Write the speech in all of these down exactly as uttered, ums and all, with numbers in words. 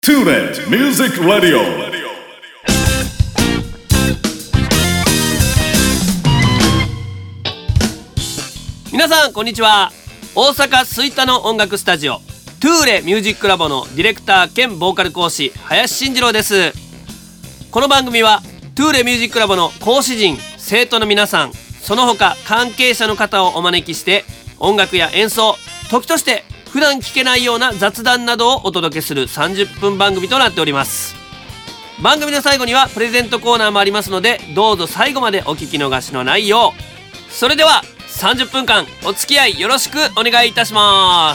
トゥーネットミュージックラディオ。 皆さんこんにちは。大阪吹田の音楽スタジオトゥーレミュージックラボのディレクター兼ボーカル講師林慎二郎です。この番組はトゥーレミュージックラボの講師陣、生徒の皆さん、その他関係者の方をお招きして音楽や演奏、時として普段聞けないような雑談などをお届けするさんじゅっぷん番組となっております。番組の最後にはプレゼントコーナーもありますので、どうぞ最後までお聞き逃しのないよう。それではさんじゅっぷんかんお付き合いよろしくお願いいたします。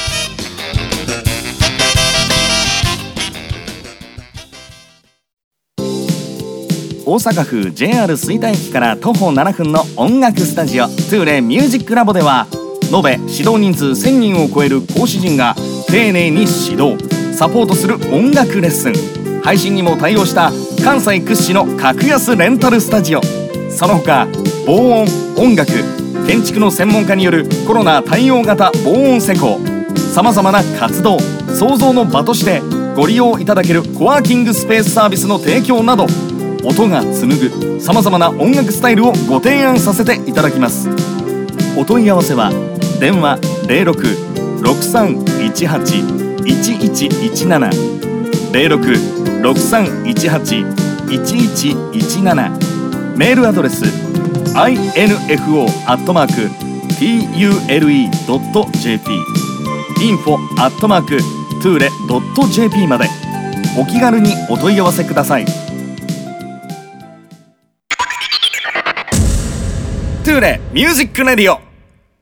大阪府 ジェイアール 吹田駅から徒歩ななふんの音楽スタジオトゥーレミュージックラボでは、延べ指導人数せんにんを超える講師陣が丁寧に指導サポートする音楽レッスン、配信にも対応した関西屈指の格安レンタルスタジオ、その他防音、音楽、建築の専門家によるコロナ対応型防音施工、さまざまな活動創造の場としてご利用いただけるコワーキングスペースサービスの提供など、音が紡ぐさまざまな音楽スタイルをご提案させていただきます。お問い合わせは電話 ゼロろく ろくさんいちはち いちいちいちなな ゼロろく ろくさんいちはち いちいちいちなな、メールアドレス アイエヌエフオー アットマーク トゥーレ ドット ジェーピー インフォ アットマーク トゥーレ ドット ジェーピー までお気軽にお問い合わせください。トゥーレミュージックレディオ。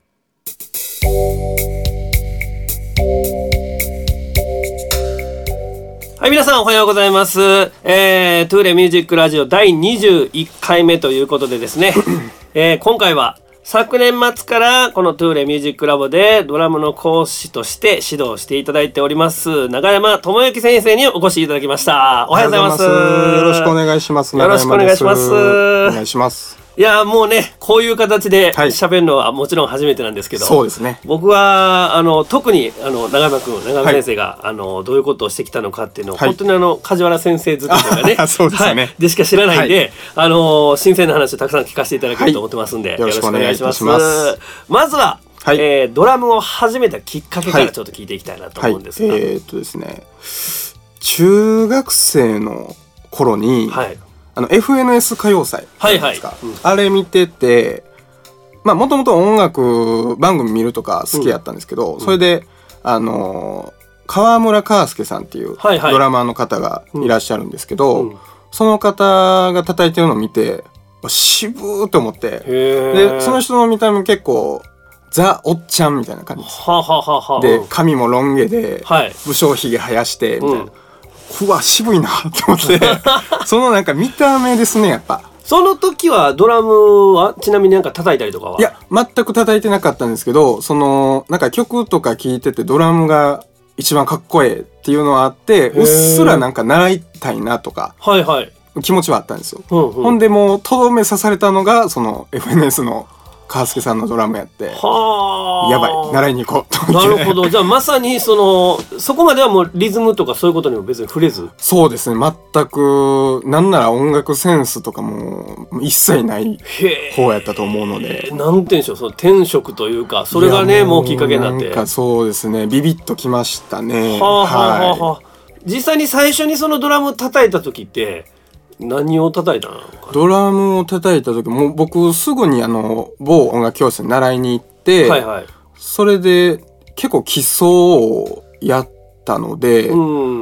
はい、皆さんおはようございます。えー、トゥーレミュージックラジオだいにじゅういっかいめということでですね、えー、今回は昨年末からこのトゥーレミュージックラボでドラムの講師として指導していただいております永山智之先生にお越しいただきました。おはようございます。 よろしくお願いします。 よろしくお願いします。 お願いします。 いやもうね、こういう形で喋るのはもちろん初めてなんですけど、 そうですね、 僕はあの特にあの永山君、永山先生が、はい、あのどういうことをしてきたのかっていうのを、はい、本当にあの梶原先生作りとかねそうですね、 はい、でしか知らないんで、はい、あの新鮮な話をたくさん聞かせていただけると思ってますんで、はい、よろしくお願いします。まずは、はい、えー、ドラムを始めたきっかけからちょっと聞いていきたいなと思うんですが、 はいはい、えー、っとですね中学生の頃に、はい、あの エフエヌエス 歌謡祭ですか、はいはい、うん、あれ見てて、まあもともと音楽番組見るとか好きやったんですけど、うん、それであのー、川村佳介さんっていうドラマーの方がいらっしゃるんですけど、はいはい、うん、その方が叩いてるのを見て渋ーと思って、でその人の見た目結構ザ・おっちゃんみたいな感じです。ははははで髪もロン毛で、はい、武将髭生やしてみたいな、うん、うわ渋いなって思ってそのなんか見た目ですね。やっぱその時はドラムはちなみになんか叩いたりとかは？ いや全く叩いてなかったんですけど、そのなんか曲とか聴いててドラムが一番かっこええっていうのはあって、うっすらなんか習いたいなとか、はいはい、気持ちはあったんですよ、うんうん、ほんでもうとどめ刺されたのがその エフエヌエス の川介さんのドラムやって、はやばい習いに行こうと思って。 なるほど。じゃあまさにそのそこまではもうリズムとかそういうことにも別に触れず。 そうですね、全くなんなら音楽センスとかも一切ない方やったと思うので、 なんて言うんでしょう、その天職というかそれがねもうきっかけになって、 なんかそうですね、ビビッときましたね。はあ、はあはあ、はい、実際に最初にそのドラム叩いた時って何を叩いたのかな？ ドラムを叩いた時も僕すぐにあの某音楽教室に習いに行って、はいはい、それで結構基礎をやったので、うん、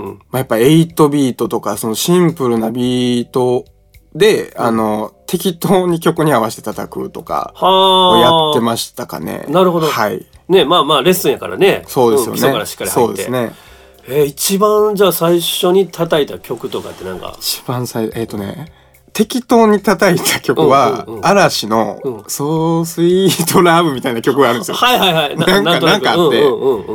まあ、やっぱはちビートとかそのシンプルなビートで、うん、あの適当に曲に合わせて叩くとかをやってましたかね。 なるほど、 はい、 ね、まあまあレッスンやからね。 そうですよね、うん、 基礎からしっかり入って。そうですね。えー、一番じゃあ最初に叩いた曲とかってなんか一番最えっ、ー、とね適当に叩いた曲は、うんうんうん、嵐の、うん、So Sweet Love みたいな曲があるんですよ。 はいはいはい。 なんかなんかあって、うんうんうん、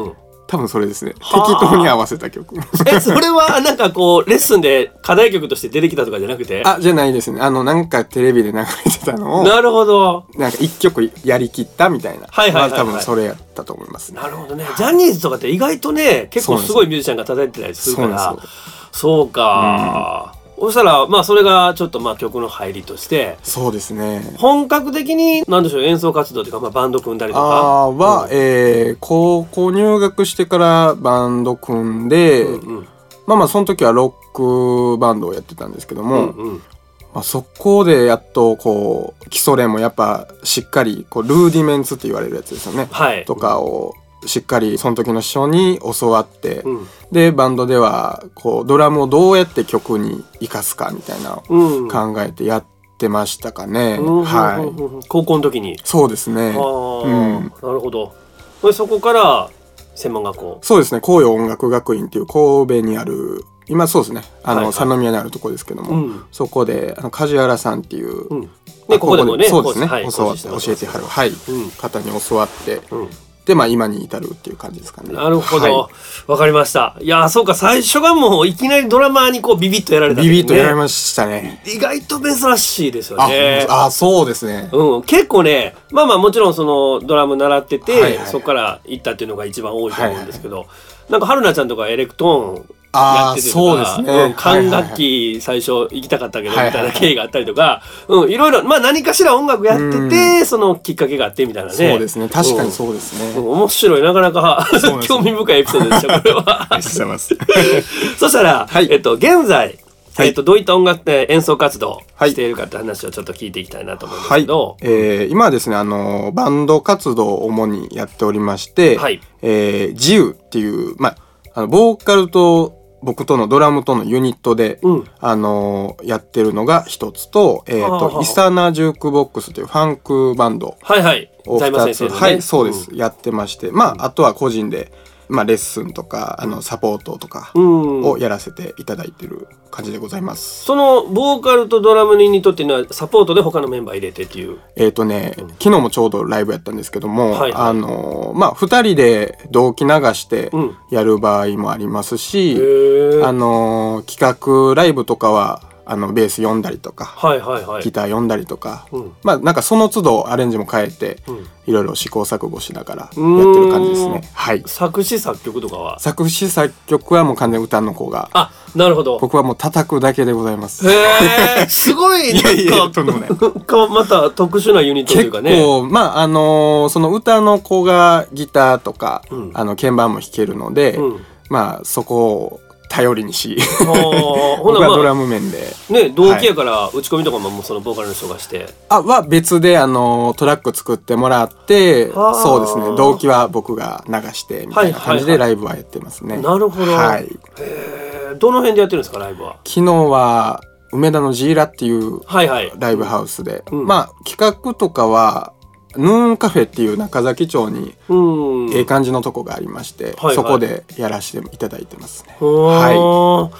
多分それですね。適当に合わせた曲。 え、それはなんかこうレッスンで課題曲として出てきたとかじゃなくて？ あ、じゃないですね。あのなんかテレビで流れてたのを、 なるほど、 なんか一曲やりきったみたいな。 はいはいはいはい、 多分それやったと思いますね。 なるほどね。ジャニーズとかって意外とね、結構すごいミュージシャンが叩いてたりするから、そうか。うんそしたらまあそれがちょっとまあ曲の入りとしてそうですね。 本格的に何でしょう演奏活動というか、まあ、バンド組んだりとかあは、うんえー、高校入学してからバンド組んで、うんうん、まあまあその時はロックバンドをやってたんですけども、うんうんまあ、そこでやっとこう基礎練もやっぱしっかりこうルーディメンツって言われるやつですよね、はい、とかをしっかりその時の師匠に教わって、うん、でバンドではこうドラムをどうやって曲に生かすかみたいなのを考えてやってましたかね、うんはい、 高校の時にそうですね、 うん、なるほど。でそこから専門学校そうですね紅葉音楽学院っていう神戸にある今そうですねあの、はいはい、三宮にあるところですけども、うん、そこであの梶原さんっていう、うんね、ここでもねそうですね、 はい、 教わって教えてはる、はいうん、方に教わって、うんでまあ今に至るっていう感じですかね。 なるほど、わ、はい、かりました。いやそうか最初がもういきなりドラマーにこうビビッとやられた、ね、 ビビッとやられましたね。 意外と珍しいですよね。 ああそうですね、 うん、結構ねまあまあもちろんそのドラム習ってて、はいはい、そこから行ったっていうのが一番多いと思うんですけど、はいはい、なんか春菜ちゃんとかエレクトーンやっててとかそうですね、 うん、管楽器最初行きたかったけどみたいな経緯があったりとか、うん、いろいろまあ何かしら音楽やっててそのきっかけがあってみたいなね。 そうですね確かにそうですね、 うん、面白いなかなか興味深いエピソードでしたこれは。 ありがとうございます。 そしたら、はいえっと、現在、はいえっと、どういった音楽で演奏活動しているかって話をちょっと聞いていきたいなと思うんですけど、 はいえー、今はですねあのバンド活動を主にやっておりまして、はいえー、自由っていう、まあ、あのボーカルと僕とのドラムとのユニットで、うんあのー、やってるのが一つと、えーと、イサナジュークボックスというファンクバンドをふたつ、はいはいね、はいそうです、うん、やってまして、まああとは個人で、まあ、レッスンとかあのサポートとかをやらせていただいてる感じでございます。 そのボーカルとドラムににとってのはサポートで他のメンバー入れてっていうえっとね、うん、昨日もちょうどライブやったんですけども、はいはい、あのまあふたりで同期流してやる場合もありますし、うん、あの企画ライブとかはあのベース読んだりとか、はいはいはい、ギター読んだりとか、うん、まあなんかその都度アレンジも変えて、うん、いろいろ試行錯誤しながらやってる感じですね。はい。 作詞作曲とかは？ 作詞作曲はもう完全に歌の子が。 あ、なるほど。 僕はもう叩くだけでございます。 へえ、すごい。いやいやとんでもない。また特殊なユニットというかね。 結構まああのー、その歌の子がギターとか、うん、あの鍵盤も弾けるので、うん、まあそこを頼りにし僕はドラム面で、 まあ、ね同期やから打ち込みとかももうそのボーカルの人がして、 あは別であのトラック作ってもらってそうですね同期は僕が流してみたいな感じでライブはやってますね。 はいはいはい、なるほど、はい、へどの辺でやってるんですかライブは？ 昨日は梅田のジーラっていうライブハウスで、はいはいうん、まあ企画とかはヌーンカフェっていう中崎町にええ感じのとこがありまして、はいはい、そこでやらせていただいてますね。 はい、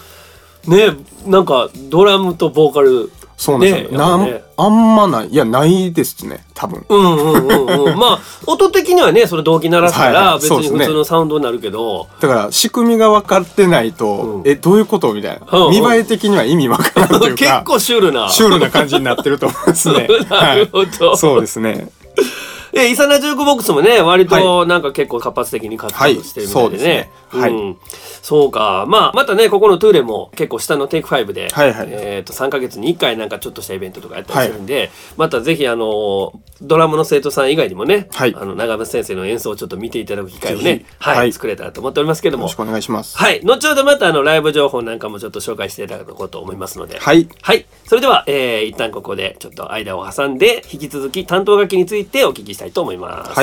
ねなんかドラムとボーカルそうなんですよ、ねなんね、あんまないいやないですね多分。 うんうんうんうんまあ音的にはねそれ同期鳴らすから別に普通のサウンドになるけど、はいはいね、 だから仕組みが分かってないと、うん、えどういうことみたいな、うんうん、見栄え的には意味分からんというか結構シュールなシュールな感じになってると思いますね。 なるほど、 はい、そうですね。 えイサナジュークボックスもね割となんか結構活発的に活動してるみたいでね、はい、うん、そうか、まあまたねここのトゥーレも結構下のテイクファイブで、はいはい、えー、とさんかげつにいっかいなんかちょっとしたイベントとかやったりするんで、はい、またぜひあのドラムの生徒さん以外にもね、はい、あの長渕先生の演奏をちょっと見ていただく機会をね、はいはい、作れたらと思っておりますけども、 よろしくお願いします。 はい、後ほどまたあのライブ情報なんかもちょっと紹介していただこうと思いますので、 はい、 はい、それでは、えー、一旦ここでちょっと間を挟んで引き続き担当楽器についてお聞きしたいと思います。 はい。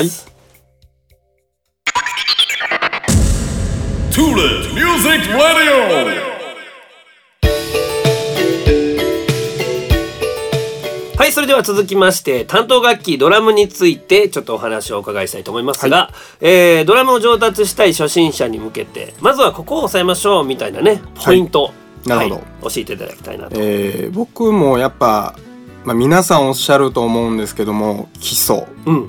トゥーレミュージックラディオ。はい、それでは続きまして担当楽器ドラムについてちょっとお話をお伺いしたいと思いますが、はい、えー、ドラムを上達したい初心者に向けてまずはここを押さえましょうみたいなねポイント、はい、なるほど、はい、教えていただきたいなと。 えー、僕もやっぱ、まあ、皆さんおっしゃると思うんですけども基礎、うん、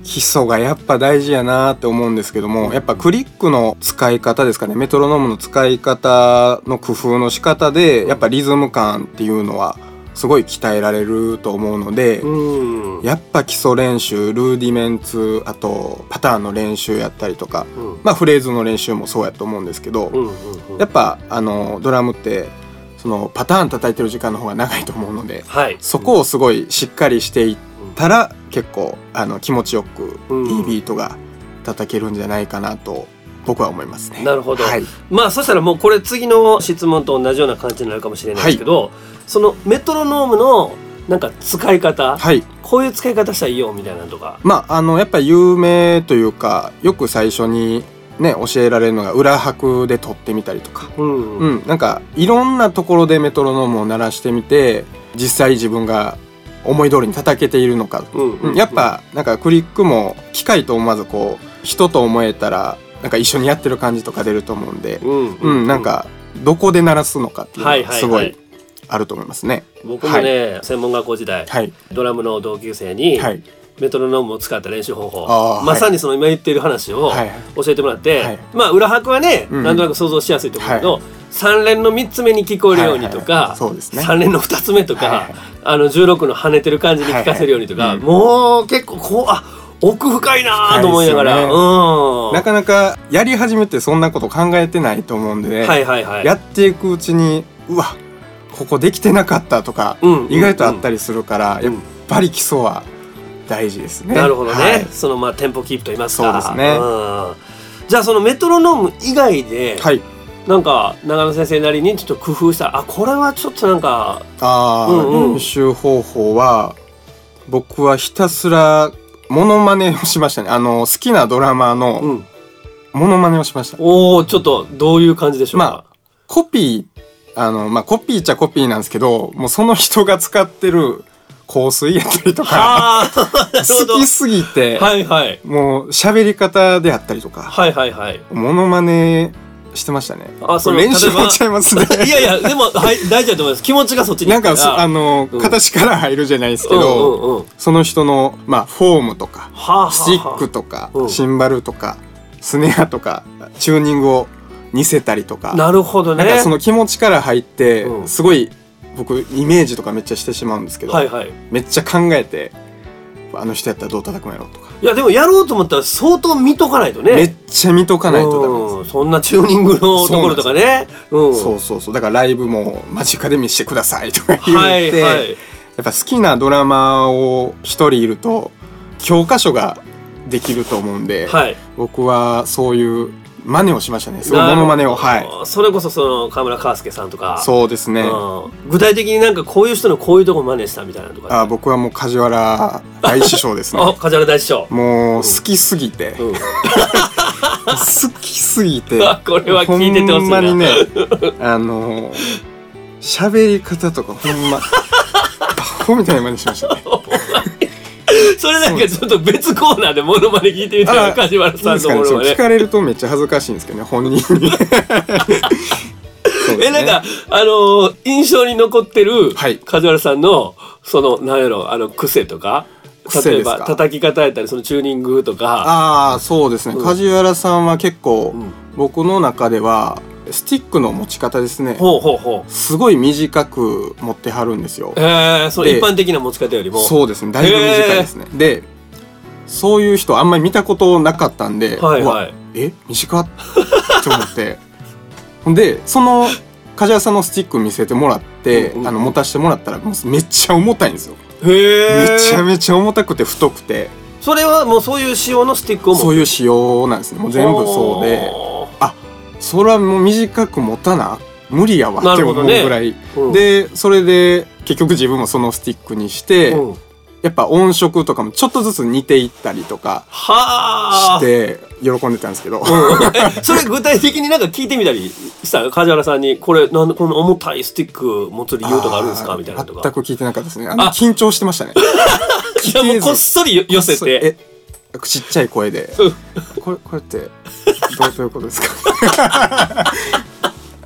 基礎がやっぱ大事やなって思うんですけども、やっぱクリックの使い方ですかね、メトロノームの使い方の工夫の仕方でやっぱリズム感っていうのはすごい鍛えられると思うので、うん、やっぱ基礎練習、ルーディメンツ、あとパターンの練習やったりとか、うん、まあフレーズの練習もそうやと思うんですけど、うんうんうん、やっぱあのドラムってそのパターン叩いてる時間の方が長いと思うので、はい、そこをすごいしっかりしていったら、うん、結構あの気持ちよくいいビートが叩けるんじゃないかなと僕は思いますね。 なるほど、はい、まあそしたらもうこれ次の質問と同じような感じになるかもしれないですけど、はい、そのメトロノームのなんか使い方、はい、こういう使い方したらいいよみたいなのとか、 まああのやっぱり有名というかよく最初にね教えられるのが裏拍で撮ってみたりとか、うんうん、なんかいろんなところでメトロノームを鳴らしてみて実際自分が思い通りに叩けているのか、うんうんうん、やっぱなんかクリックも機械と思わずこう人と思えたらなんか一緒にやってる感じとか出ると思うんで、うんうんうんうん、なんかどこで鳴らすのかっていうのがすごいあると思いますね。 僕もね、はい、専門学校時代、はい、ドラムの同級生に、はい、メトロノームを使った練習方法、まさにその今言っている話を教えてもらって、はい、まあ裏拍はね、うん、なんとなく想像しやすいと思うけど、はい、さん連のみっつめに聞こえるようにとか、はいはいはいね、さん連のふたつめとか、はいはい、あのじゅうろくの跳ねてる感じに聞かせるようにとか、はいはい、もう結構こうあ奥深いなと思いながら、ね、うん、 なかなかやり始めてそんなこと考えてないと思うんで、ね、はいはいはい、やっていくうちにうわここできてなかったとか、うん、意外とあったりするから、うん、やっぱり基礎は大事ですね。 なるほどね、はい、そのまあテンポキープと言いますか。そうですね、うん、じゃあそのメトロノーム以外で、はい、なんか長野先生なりにちょっと工夫したらあこれはちょっとなんかあ、うんうん、練習方法は僕はひたすらモノマネをしましたね。あの好きなドラマーのモノマネをしました、 うん、おーちょっとどういう感じでしょうか。 まあコピーあのまあコピーっちゃコピーなんですけど、もうその人が使ってる香水やったりとか好きすぎて、はいはい、もう喋り方であったりとか、はいはいはい、モノマネしてましたね。あ、その練習になっちゃいますねいやいやでも、はい、大事だと思います。気持ちがそっちになんかあの、うん、形から入るじゃないですけど、うんうんうん、その人の、まあ、フォームとか、はあはあ、スティックとか、うん、シンバルとかスネアとかチューニングを似せたりとか、 なるほどね。 なんかその気持ちから入って、うん、すごい僕イメージとかめっちゃしてしまうんですけど、はいはい、めっちゃ考えてあの人やったらどう叩くんやろうとか。 いやでもやろうと思ったら相当見とかないとね。 めっちゃ見とかないとダメです、 うん、そんなチューニングのところとかね。 そう、うん、そうそうそう。だからライブも間近で見せてくださいとか言って、はいはい、やっぱ好きなドラマーを一人いると教科書ができると思うんで、はい、僕はそういう真似をしましたね。すごいモノマネを、はい、 それこそその河村康介さんとか。 そうですね、 うん、具体的になんかこういう人のこういうとこ真似したみたいなとか、ね、 あ僕はもう梶原大師匠ですねあ梶原大師匠もう好きすぎて、うん、好きすぎてこれは聞いててほしいな。ほんまにねあの喋り方とかほんまバホみたいな真似しましたねそれなんかちょっと別コーナーでモノマネ聞いてみたら梶原さんのモノマネ、 聞かれるとめっちゃ恥ずかしいんですけどね本人にね、 えなんかあのー、印象に残ってる梶原さんのそのなんやろあの癖とか、例えば叩き方やったりそのチューニングとか。 ああそうですね、うん、梶原さんは結構、うん、僕の中ではスティックの持ち方ですね。ほうほうほう。すごい短く持ってはるんですよ。 えー、その一般的な持ち方よりも。 そうですね。だいぶ短いですね。で、そういう人あんまり見たことなかったんで、はいはい、え短っって思って、ほんでその梶原さんのスティック見せてもらって、うんうん、あの持たせてもらったらもうめっちゃ重たいんですよ。へー。めちゃめちゃ重たくて太くて。 それはもうそういう仕様のスティックを持ってる。 そういう仕様なんですね。もう全部そうで。それはもう短く持たな無理やわって思うぐらい、ねうん、でそれで結局自分もそのスティックにして、うん、やっぱ音色とかもちょっとずつ似ていったりとかして喜んでたんですけど、うん、 えそれ具体的になんか聞いてみたりした梶原さんにこれなんでこの重たいスティック持つ理由とかあるんですかみたいなとか。 全く聞いてなかったですね。あの緊張してましたねいやもうこっそり寄せてちっちゃい声でこれこれってどういうことですか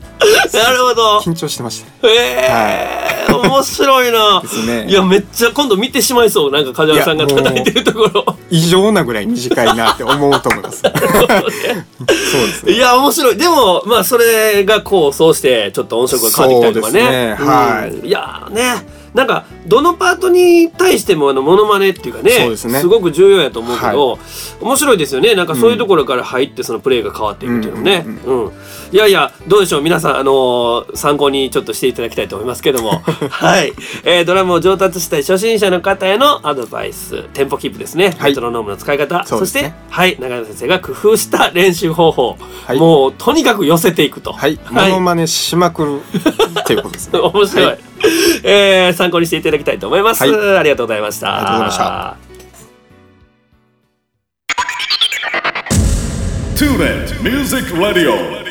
なるほど。 緊張してましたね。 へえー、はい、面白いな。ですね。いやめっちゃ今度見てしまいそう。なんか梶原さんが叩いてるところ異常なぐらい短いなって思うと思います。そうですね。 いや面白い。でもまあそれがこうそうしてちょっと音色が変わってきたりとかね。 そうですね、はい、 うん、いやね、なんかどのパートに対してもあのモノマネっていうかね、そうですね、すごく重要やと思うけど、はい、面白いですよね。なんかそういうところから入ってそのプレーが変わっていくっていうのね、うんうんうんうん、いやいやどうでしょう皆さん、あのー、参考にちょっとしていただきたいと思いますけどもはい、えー、ドラムを上達したい初心者の方へのアドバイス、テンポキープですね、はい、メトロノームの使い方、 そ, ね、そしてはい永山先生が工夫した練習方法、はい、もうとにかく寄せていくと、はい、 モノマネしまくるっていうことですね。 面白い、はい、えー、参考にしていただきたいと思います、はい、ありがとうございました。 ありがとうございました。 TuneIn Music Radio。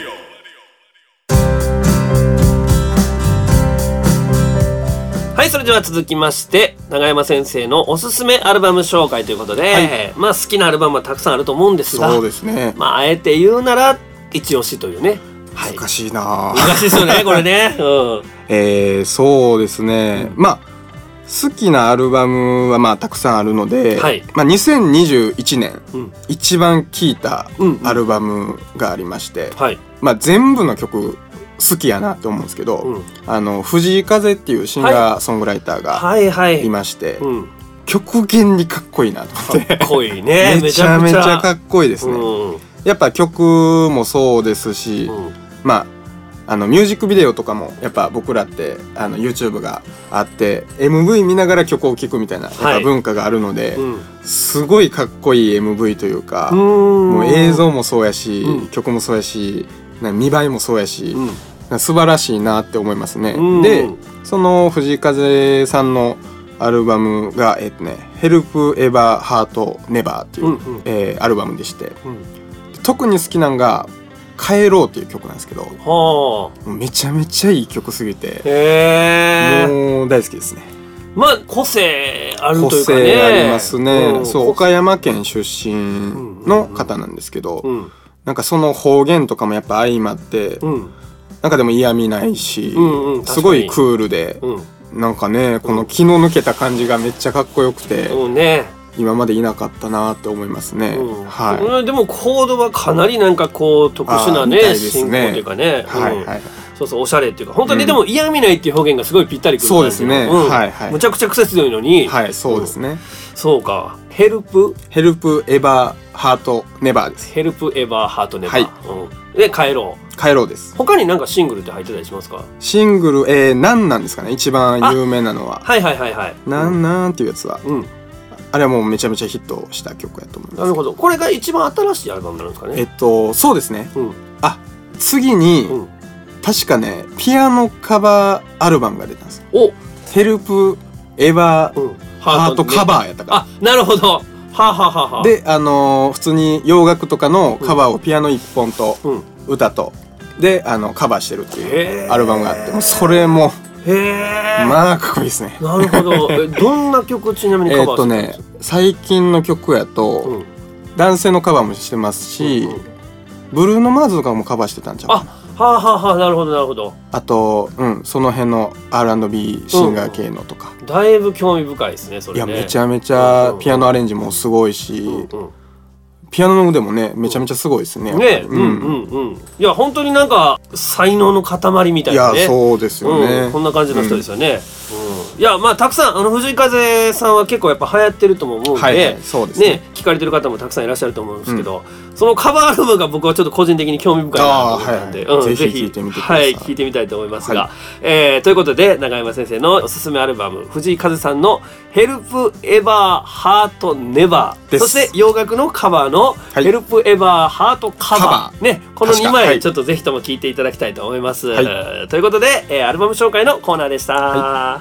はい、それでは続きまして永山先生のおすすめアルバム紹介ということで、はい、まあ好きなアルバムはたくさんあると思うんですが、 そうですね、 まああえて言うなら一押しというね、 はい、難しいな難しいですよねこれね、うん、 えー、そうですね、うん、まあ好きなアルバムはまあたくさんあるので、はい、まあ、にせんにじゅういちねん、うん、一番聴いたアルバムがありまして、うんうん、はい、まあ、全部の曲好きやなと思うんですけど、うん、あの藤井風っていうシンガーソングライターがいまして、はいはいはい、うん、極限にかっこいいなと思って。 かっこいいねめちゃめちゃかっこいいですね、うん、やっぱ曲もそうですし、うん、まああのミュージックビデオとかもやっぱ僕らってあの YouTube があって エムブイ 見ながら曲を聴くみたいなやっぱ文化があるので、はい、うん、すごいかっこいい エムブイ というか、うもう映像もそうやし、うん、曲もそうやし、見栄えもそうやし、うん、素晴らしいなって思いますね。でその藤井風さんのアルバムが、えっとね、Help Ever Heart Never っていう、うんうん、えー、アルバムでして、うん、特に好きなのが帰ろうっていう曲なんですけど、はあ、めちゃめちゃいい曲すぎて、へもう大好きですね。 まあ個性あるというかね、個性ありますね、うん、そう岡山県出身の方なんですけど、うんうんうん、なんかその方言とかもやっぱ相まって、うん、なんかでも嫌味ないし、うんうん、すごいクールで、うん、なんかねこの気の抜けた感じがめっちゃかっこよくて、うんね、今までいなかったなって思いますね、うん、はい、 でもコードはかなりなんかこう特殊なね進行というかね、はいはい、そうそうおしゃれっていうか本当にでも嫌味ないっていう表現がすごいぴったりくる、 そうですね、うん、はいはい、 むちゃくちゃ癖強いのに、 はい、そうですね、うん、 そうか、ヘルプヘルプエバーハートネバーです。 ヘルプエバーハートネバー、はい、うん、で帰ろう帰ろうです。 他になんかシングルって入ってたりしますか？ シングル、えー、なんなんですかね一番有名なのは、 はいはいはいはい、 なんなんっていうやつは、うん、あれはもうめちゃめちゃヒットした曲やと思います。 なるほど、これが一番新しいアルバムなんですかね？ えっとそうですね、うん、あ次に、うん、確かねピアノカバーアルバムが出たんです。おヘルプエバー、うん、ハートカバーやったかな。 あ、なるほど、はあ、はははで、あのー、普通に洋楽とかのカバーをピアノいっぽんと歌とであのカバーしてるっていうアルバムがあって、もうそれもへまあかっこいいですね。 なるほどえどんな曲ちなみにカバーしてるんですか？ えっとね最近の曲やと、うん、男性のカバーもしてますし、うんうん、ブルーノ・マーズとかもカバーしてたんちゃうかな。 あはあはあはあ、なるほどなるほど。 あと、うん、その辺の アールアンドビー シンガー系のとか、 うん、だいぶ興味深いですねそれね。 いやめちゃめちゃピアノアレンジもすごいし、うんうん、ピアノの腕もねめちゃめちゃすごいですね。 ね、うんうんうん、いや本当になんか才能の塊みたいなね。 いやそうですよね、 うん、こんな感じの人ですよね、うんうん、いやまあたくさんあの藤井風さんは結構やっぱ流行ってるとも思うんで、はいはい、そうですね、ね、聞かれてる方もたくさんいらっしゃると思うんですけど、うん、そのカバーアルバムが僕はちょっと個人的に興味深いなと思ったんで、はいはい、うん、ぜひ聞いてみてください。はい、聞いてみたいと思いますが、はい、えー、ということで永山先生のおすすめアルバム藤井風さんのヘルプエバーハートネバー、そして洋楽のカバーのヘルプエバーハートカバー、ね、このにまいちょっとぜひとも聞いていただきたいと思います、はい、ということで、えー、アルバム紹介のコーナーでした、はい、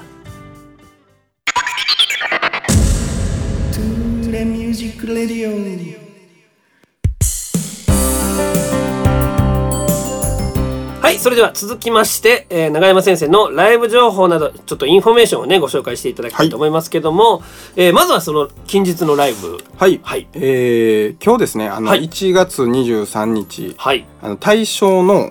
トゥーレミュージックレディオ。はい、それでは続きまして、えー、永山先生のライブ情報などちょっとインフォメーションをねご紹介していただきたいと思いますけども、はい、えー、まずはその近日のライブ、 はい、はい、えー、今日ですねあの、はい、いちがつにじゅうさんにち、はい、あの大正の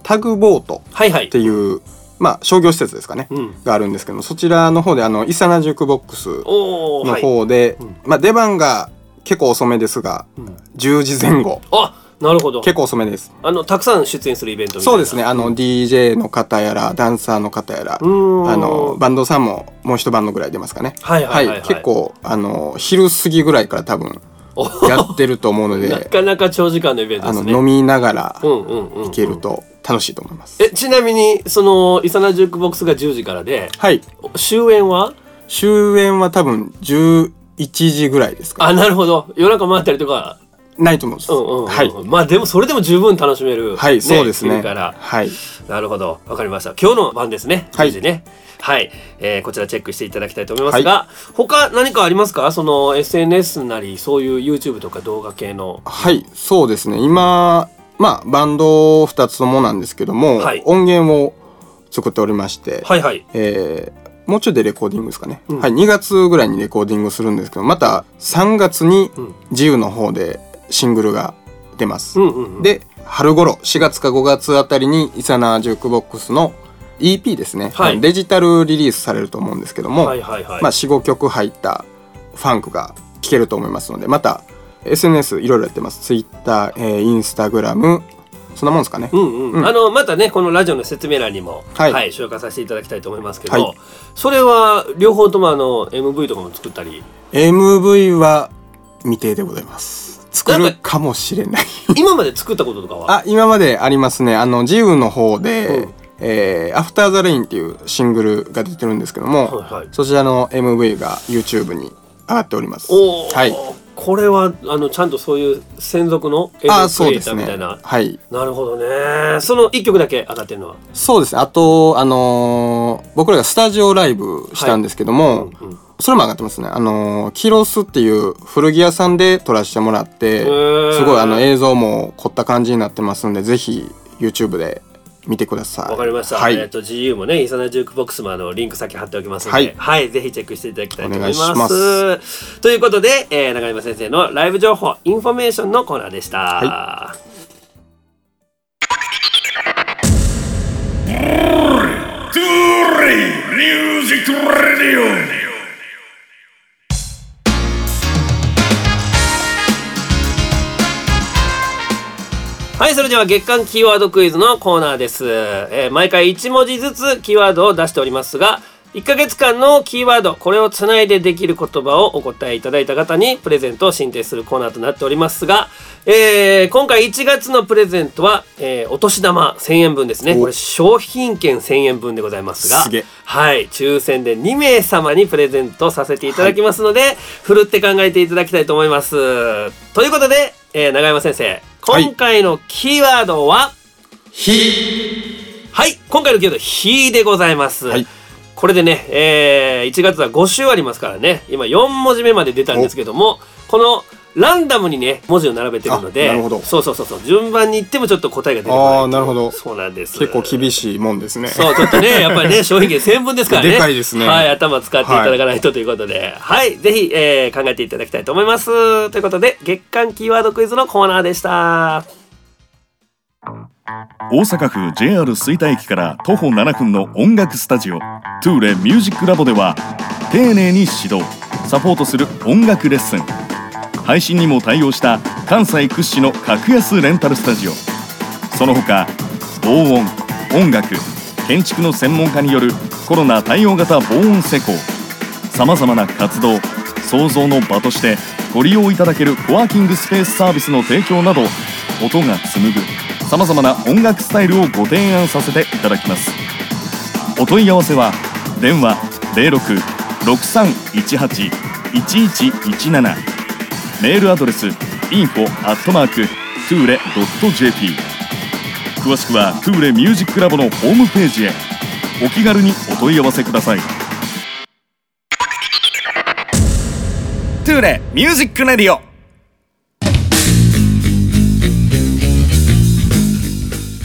タグボートっていう、はいはい、まあ、商業施設ですかね、うん、があるんですけども、そちらの方であのイサナジュークボックスの方で、はい、まあ、出番が結構遅めですが、うん、じゅうじぜん後。 あ、なるほど。 結構遅めです。 あのたくさん出演するイベントみたいな。 そうですね。あの ディージェー の方やらダンサーの方やら、あのバンドさんももう一バンドぐらい出ますかね。 はいはいはい、はい、 結構あの昼過ぎぐらいから多分やってると思うのでなかなか長時間のイベントですね。 あの飲みながら行けると楽しいと思います。 え、ちなみにそのイサナジュークボックスがじゅうじからで、 はい、 終演は終演は多分じゅういちじぐらいですか、ね。 あ、なるほど。夜中回ったりとかないと思うんです。うんうんうん、 はい。まあでもそれでも十分楽しめる。 はい、ね、そうですね。 から。 はい。 なるほど、わかりました。今日の晩ですね。じゅうじね。はい、はい、えー、こちらチェックしていただきたいと思いますが、はい、他何かありますか？その エスエヌエス なりそういう YouTube とか動画系の。 はい、そうですね。今まあバンドふたつともなんですけども、はい、音源を作っておりまして、 はいはい。 えーもうちょいでレコーディングですかね、うん、はい、にがつぐらいにレコーディングするんですけど、またさんがつに自由の方でシングルが出ます、うんうんうん、で春頃しがつかごがつあたりにイサナジュークボックスの イーピー ですね、はい、デジタルリリースされると思うんですけども、はいはいはい、まあ、よんごきょく入ったファンクが聴けると思いますので、また エスエヌエス いろいろやってます。 Twitter、えー、Instagram、そんなもんですかね、 うんうんうん、あのまたねこのラジオの説明欄にも、はいはい、紹介させていただきたいと思いますけど、はい、それは両方ともあの エムブイ とかも作ったり。 エムブイ は未定でございます。作るかもしれない今まで作ったこととかは？ あ、今までありますね。あの自由の方で、うん、えー、アフターザレインっていうシングルが出てるんですけども、はいはい、そちらの エムブイ が YouTube に上がっております。 お、 はい、 これはあのちゃんとそういう専属の映像クリエイターみたいな、 ね、はい、 なるほどね。そのいっきょくだけ上がってるのは？ そうですね。あと、あのー、僕らがスタジオライブしたんですけども、はい、うんうん、それも上がってますね。あのー、キロスっていう古着屋さんで撮らせてもらって、すごいあの映像も凝った感じになってますんで、ぜひ YouTube で見てください。 わかりました。はい、えっと ジーユー もね、イサナジュークボックスもあのリンク先貼っておきますので、はい、はい、ぜひチェックしていただきたいと思います。お願いします。ということで、えー、永山先生のライブ情報インフォメーションのコーナーでした。はい。 トゥーレイミュージックラディオ。 はい、それでは月間キーワードクイズのコーナーです、えー、毎回いち文字ずつキーワードを出しておりますが、いっかげつかんのキーワード、これをつないでできる言葉をお答えいただいた方にプレゼントを進呈するコーナーとなっておりますが、えー、今回いちがつのプレゼントは、えー、お年玉せんえんぶんですね。これ商品券せんえんぶんでございますが、 すげえ、 はい、抽選でにめいさまにプレゼントさせていただきますので、はい、ふるって考えていただきたいと思います。ということで、えー、永山先生、今回のキーワードはひ。 はい、今回のキーワードひでございます、はい、これでね、えー、いちがつはごしゅうありますからね、今よんもじめまで出たんですけども、このランダムにね文字を並べてるので、 なるほど、 そうそうそうそう、順番にいってもちょっと答えが出てこない。 あ、なるほど、 そうなんです。 結構厳しいもんですね。 そう、ちょっとねやっぱりね商品券せんぶんですからね。 でかいですね。 はい、頭使っていただかないとということで、はい、はい、ぜひ、えー、考えていただきたいと思います。ということで月間キーワードクイズのコーナーでした。 大阪府 ジェイアール 吹田駅から徒歩ななふんの音楽スタジオトゥーレミュージックラボでは、丁寧に指導サポートする音楽レッスン、配信にも対応した関西屈指の格安レンタルスタジオ、その他防音、音楽、建築の専門家によるコロナ対応型防音施工、さまざまな活動創造の場としてご利用いただけるコワーキングスペースサービスの提供など、音が紡ぐさまざまな音楽スタイルをご提案させていただきます。お問い合わせは電話 ゼロろく ろくさんいちはち いちいちいちなな、メールアドレス インフォ アットマーク トゥーレ ドット ジェーピー、 詳しくはトゥーレミュージックラボのホームページへお気軽にお問い合わせください。トゥーレミュージックレディオ。 さて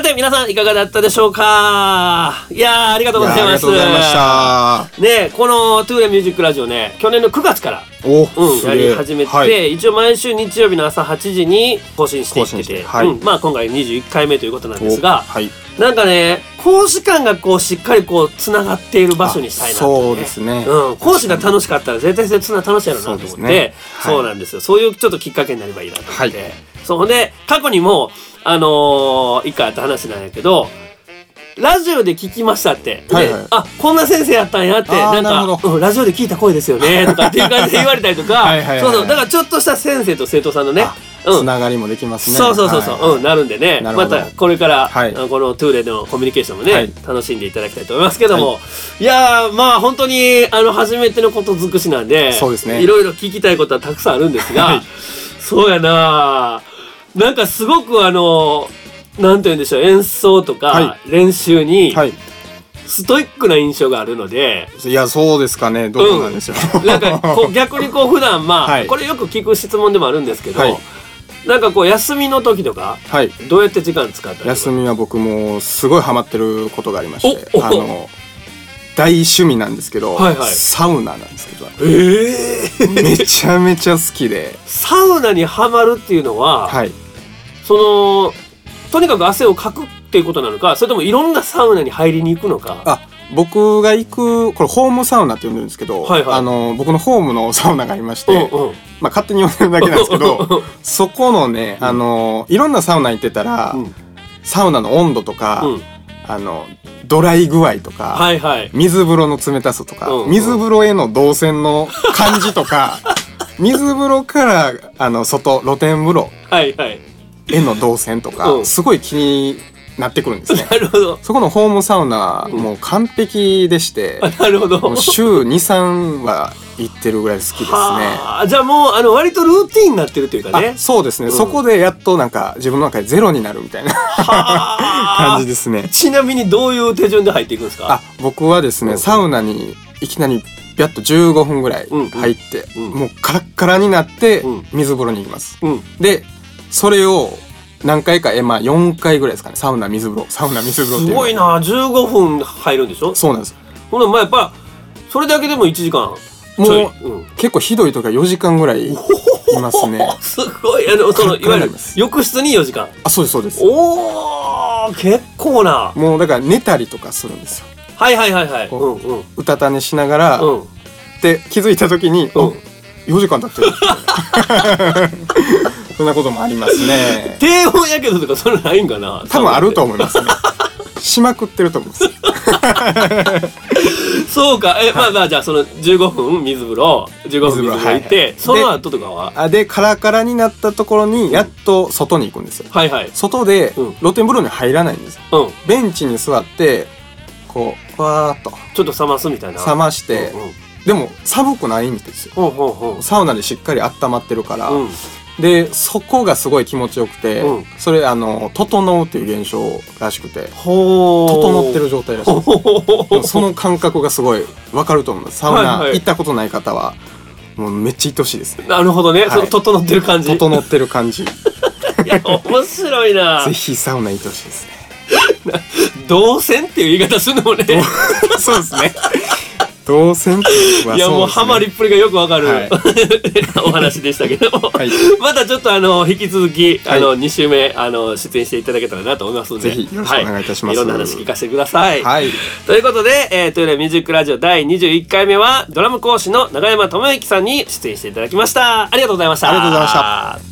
せん、皆さんいかがだったでしょうか。いやーありがとうございます。 ありがとうございましたね。このトゥーレミュージックラジオね、去年のくがつからお、 うん、やり始めて、はい、一応毎週日曜日の朝はちじに更新していってて、はい、うん、まあ今回にじゅういっかいめということなんですが、はい、なんかね講師間がこうしっかりこうつながっている場所にしたいなと、ね、 そうですね、 うん、講師が楽しかったら絶対それつな楽しいやろうなと思って、そうですね、はい、そうなんですよ。そういうちょっときっかけになればいいなと思って、はい、そうで過去にもあのー、一回あった話なんやけど、ラジオで聞きましたって、はいはい、あこんな先生やったんやって、なんか、うん、ラジオで聞いた声ですよねとかっていう感じで言われたりとかはいはいはい、そうそう、だからちょっとした先生と生徒さんのねつながりもできますね。 そうそうそうそう、はい、うん、なるんでね、またこれから、はい、このトゥーレでのコミュニケーションもね、はい、楽しんでいただきたいと思いますけども、はい、いやーまあ本当にあの初めてのこと尽くしなんで、そうですね、いろいろ聞きたいことはたくさんあるんですが、はい、そうやな、なんかすごくあのなんて言うんでしょう、演奏とか練習に、はい、ストイックな印象があるので、 いやそうですかね、どうなんですよ、 うん、なんかこう逆にこう普段まあ、はい、これよく聞く質問でもあるんですけど、はい、なんかこう休みの時とか、はい、どうやって時間使ったりとか。 休みは僕もすごいハマってることがありまして、あの大趣味なんですけど、はいはい、サウナなんですけど、えー、めちゃめちゃ好きでサウナにハマるっていうのは、はい、そのとにかく汗をかくっていうことなのか、それともいろんなサウナに入りに行くのか。 あ、僕が行くこれホームサウナって呼んでるんですけど、はいはい、あの僕のホームのサウナがありまして、うんうん、まあ、勝手に呼んでるだけなんですけどそこのね、あのいろんなサウナ行ってたら、うん、サウナの温度とか、うん、あのドライ具合とか、はいはい、水風呂の冷たさとか、うんうん、水風呂への動線の感じとか水風呂からあの外露天風呂、はいはい、絵の動線とか、うん、すごい気になってくるんですね。なるほど。そこのホームサウナ、うん、もう完璧でして、 なるほど。 もう週に、さんは行ってるぐらい好きですね。 はあ、じゃあもうあの割とルーティーンになってるというかね。 そうですね、うん、そこでやっとなんか自分の中でゼロになるみたいな感じですね。 ちなみにどういう手順で入っていくんですか？ あ、僕はですね、うん、サウナにいきなりビャッとじゅうごふんぐらい入って、うんうん、もうカラッカラになって水風呂に行きます、うん、でそれを何回か、え、まあよんかいぐらいですかね。サウナ水風呂サウナ水風呂っていう。 すごいな、じゅうごふん入るんでしょ。 そうなんです。 ほんでまあやっぱそれだけでもいちじかんもう、うん、結構ひどいとかよじかんぐらいいますね。 すごい、あのそのいわゆる浴室によじかん。 あ、そうですそうです。 おー、結構な。 もうだから寝たりとかするんですよ。 はいはいはいはい、うんうん、 うたた寝しながら、うん、で気づいた時に、うん、よじかん経ってるそんなこともありますね。 低温やけどとかそれないんかな。 多分あると思いますね。しまくってると思います。 そうか、え、はい、まあまあじゃあそのじゅうごふん水風呂じゅうごふん水風呂行って、はいはい、その後とかはあでカラカラになったところにやっと外に行くんですよ、うん、はいはい。外で露天風呂に入らないんですよ、うん、ベンチに座ってこうふわーっとちょっと冷ますみたいな。 冷まして、うんうん、でも寒くないんですよ、うんうんうん、サウナでしっかり温まってるから、うん、でそこがすごい気持ちよくて、うん、それあの整うっていう現象らしくて、整ってる状態らしいです。その感覚がすごい分かると思います。サウナ行ったことない方はもうめっちゃ愛しいですね。 なるほどね、はい、その整ってる感じ整ってる感じいや面白いな。 ぜひサウナ行ってほしいですね。 動線っていう言い方するのもねそうですね、動線っていうのはそうですね。 いやもうハマりっぷりがよくわかる、はい、お話でしたけども、はい、またちょっとあの引き続き、はい、あのに週目あの出演していただけたらなと思いますので、 ぜひよろしくお願いいたします、 はい、いろんな話聞かせてください、 はい、 ということで、えー、トゥーレミュージックラジオだいにじゅういっかいめはドラム講師の永山智之さんに出演していただきました。ありがとうございました。 ありがとうございました。